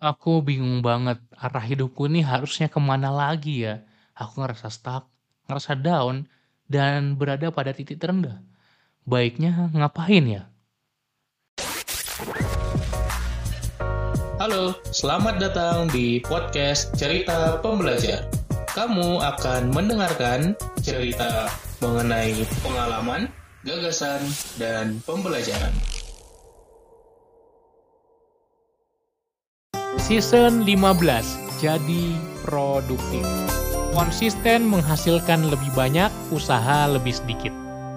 Aku bingung banget, arah hidupku nih harusnya kemana lagi ya? Aku ngerasa stuck, ngerasa down, dan berada pada titik terendah. Baiknya ngapain ya? Halo, selamat datang di podcast Cerita Pembelajar. Kamu akan mendengarkan cerita mengenai pengalaman, gagasan, dan pembelajaran. Season 15, jadi produktif. Konsisten menghasilkan lebih banyak, usaha lebih sedikit.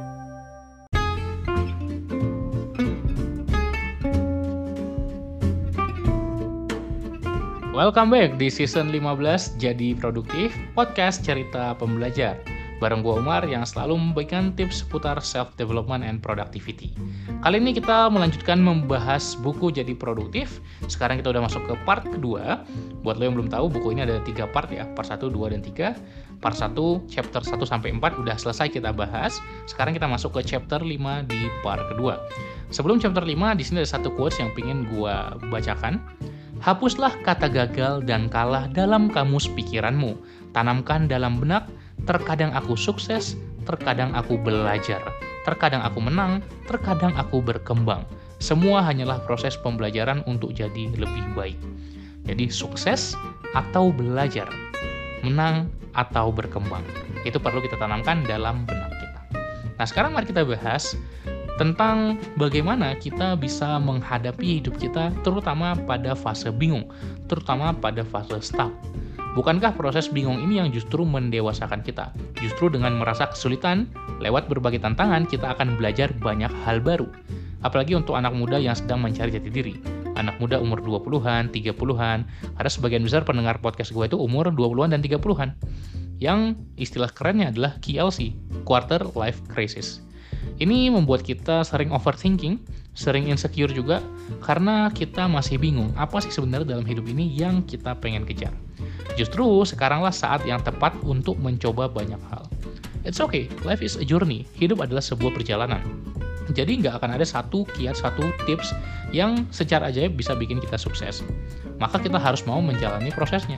Welcome back di season 15 Jadi Produktif, podcast cerita pembelajar. Bareng gue Umar yang selalu memberikan tips seputar self-development and productivity. Kali ini kita melanjutkan membahas buku Jadi Produktif. Sekarang kita udah masuk ke part kedua. Buat lo yang belum tahu, buku ini ada 3 part ya, part 1, 2, dan 3. Part 1, chapter 1 sampai 4 udah selesai kita bahas. Sekarang kita masuk ke chapter 5 di part kedua. Sebelum chapter 5, di sini ada satu quotes yang pengen gue bacakan. Hapuslah kata gagal dan kalah dalam kamus pikiranmu. Tanamkan dalam benak, terkadang aku sukses, terkadang aku belajar. Terkadang aku menang, terkadang aku berkembang. Semua hanyalah proses pembelajaran untuk jadi lebih baik. Jadi sukses atau belajar, menang atau berkembang. Itu perlu kita tanamkan dalam benak kita. Nah sekarang mari kita bahas tentang bagaimana kita bisa menghadapi hidup kita terutama pada fase bingung, terutama pada fase stuck. Bukankah proses bingung ini yang justru mendewasakan kita? Justru dengan merasa kesulitan, lewat berbagai tantangan kita akan belajar banyak hal baru. Apalagi untuk anak muda yang sedang mencari jati diri. Anak muda umur 20-an, 30-an, ada sebagian besar pendengar podcast gue itu umur 20-an dan 30-an. Yang istilah kerennya adalah QLC, Quarter Life Crisis. Ini membuat kita sering overthinking, sering insecure juga, karena kita masih bingung apa sih sebenarnya dalam hidup ini yang kita pengen kejar. Justru sekaranglah saat yang tepat untuk mencoba banyak hal. It's okay, life is a journey, hidup adalah sebuah perjalanan. Jadi nggak akan ada satu kiat, satu tips yang secara ajaib bisa bikin kita sukses. Maka kita harus mau menjalani prosesnya.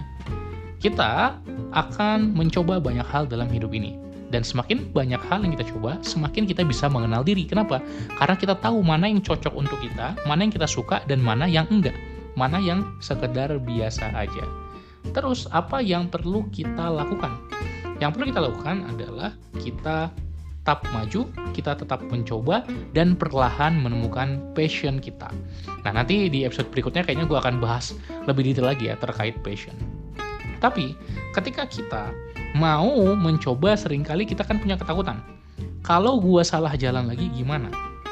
Kita akan mencoba banyak hal dalam hidup ini. Dan semakin banyak hal yang kita coba, semakin kita bisa mengenal diri. Kenapa? Karena kita tahu mana yang cocok untuk kita, mana yang kita suka, dan mana yang enggak. Mana yang sekedar biasa aja. Terus, apa yang perlu kita lakukan? Yang perlu kita lakukan adalah kita tetap maju, kita tetap mencoba, dan perlahan menemukan passion kita. Nah, nanti di episode berikutnya kayaknya gue akan bahas lebih detail lagi ya terkait passion. Tapi, ketika kita mau mencoba, seringkali kita kan punya ketakutan. Kalau gue salah jalan lagi gimana?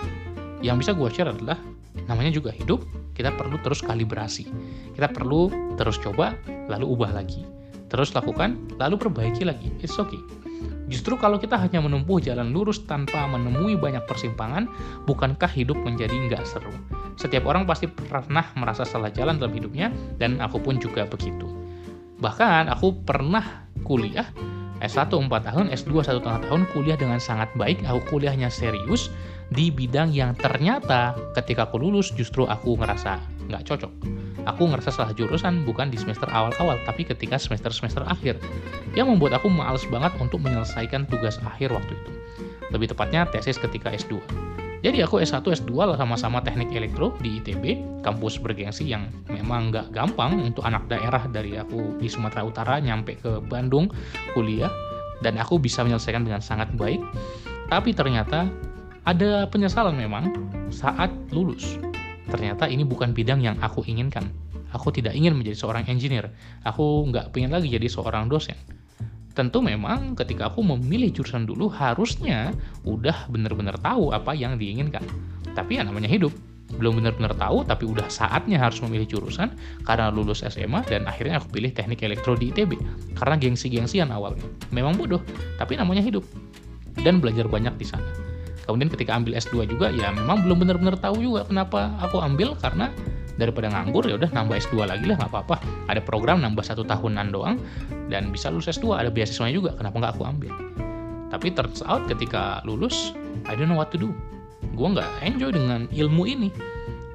Yang bisa gue share adalah, namanya juga hidup, kita perlu terus kalibrasi. Kita perlu terus coba, lalu ubah lagi. Terus lakukan, lalu perbaiki lagi. It's okay. Justru kalau kita hanya menempuh jalan lurus tanpa menemui banyak persimpangan, bukankah hidup menjadi nggak seru? Setiap orang pasti pernah merasa salah jalan dalam hidupnya, dan aku pun juga begitu. Bahkan aku pernah kuliah S1 4 tahun, S2 1,5 tahun, kuliah dengan sangat baik. Aku kuliahnya serius di bidang yang ternyata ketika aku lulus justru aku ngerasa nggak cocok. Aku ngerasa salah jurusan bukan di semester awal-awal, tapi ketika semester-semester akhir. Yang membuat aku males banget untuk menyelesaikan tugas akhir waktu itu. Lebih tepatnya tesis ketika S2. Jadi aku S1, S2 sama-sama teknik elektro di ITB, kampus bergengsi yang memang nggak gampang untuk anak daerah dari aku di Sumatera Utara nyampe ke Bandung kuliah, dan aku bisa menyelesaikan dengan sangat baik. Tapi ternyata ada penyesalan memang saat lulus. Ternyata ini bukan bidang yang aku inginkan. Aku tidak ingin menjadi seorang engineer. Aku nggak pengen lagi jadi seorang dosen. Tentu memang ketika aku memilih jurusan dulu harusnya udah bener-bener tahu apa yang diinginkan. Tapi ya namanya hidup. Belum bener-bener tahu tapi udah saatnya harus memilih jurusan karena lulus SMA dan akhirnya aku pilih teknik elektro di ITB. Karena gengsi-gengsian awalnya. Memang bodoh, tapi namanya hidup. Dan belajar banyak di sana. Kemudian ketika ambil S2 juga ya memang belum bener-bener tahu juga kenapa aku ambil, karena daripada nganggur ya udah nambah S2 lagi lah, nggak apa-apa. Ada program nambah 1 tahunan doang dan bisa lulus S2, ada beasiswanya juga, kenapa nggak aku ambil. Tapi turns out ketika lulus I don't know what to do. Gue nggak enjoy dengan ilmu ini.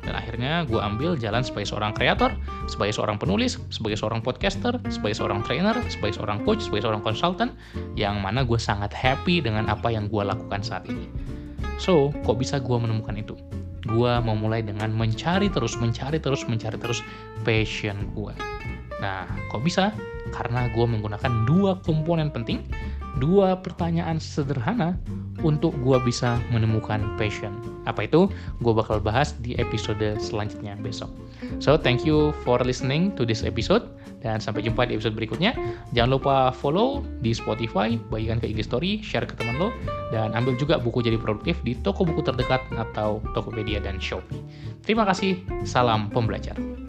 Dan akhirnya gue ambil jalan sebagai seorang kreator, sebagai seorang penulis, sebagai seorang podcaster, sebagai seorang trainer, sebagai seorang coach, sebagai seorang konsultan, yang mana gue sangat happy dengan apa yang gue lakukan saat ini. So, kok bisa gue menemukan itu? Gue memulai dengan mencari terus passion gue. Nah, kok bisa? Karena gue menggunakan 2 komponen penting, 2 pertanyaan sederhana untuk gue bisa menemukan passion. Apa itu? Gue bakal bahas di episode selanjutnya besok. So, thank you for listening to this episode, dan sampai jumpa di episode berikutnya. Jangan lupa follow di Spotify, bagikan ke IG Story, share ke teman lo, dan ambil juga buku Jadi Produktif di toko buku terdekat atau Tokopedia dan Shopee. Terima kasih, salam pembelajar.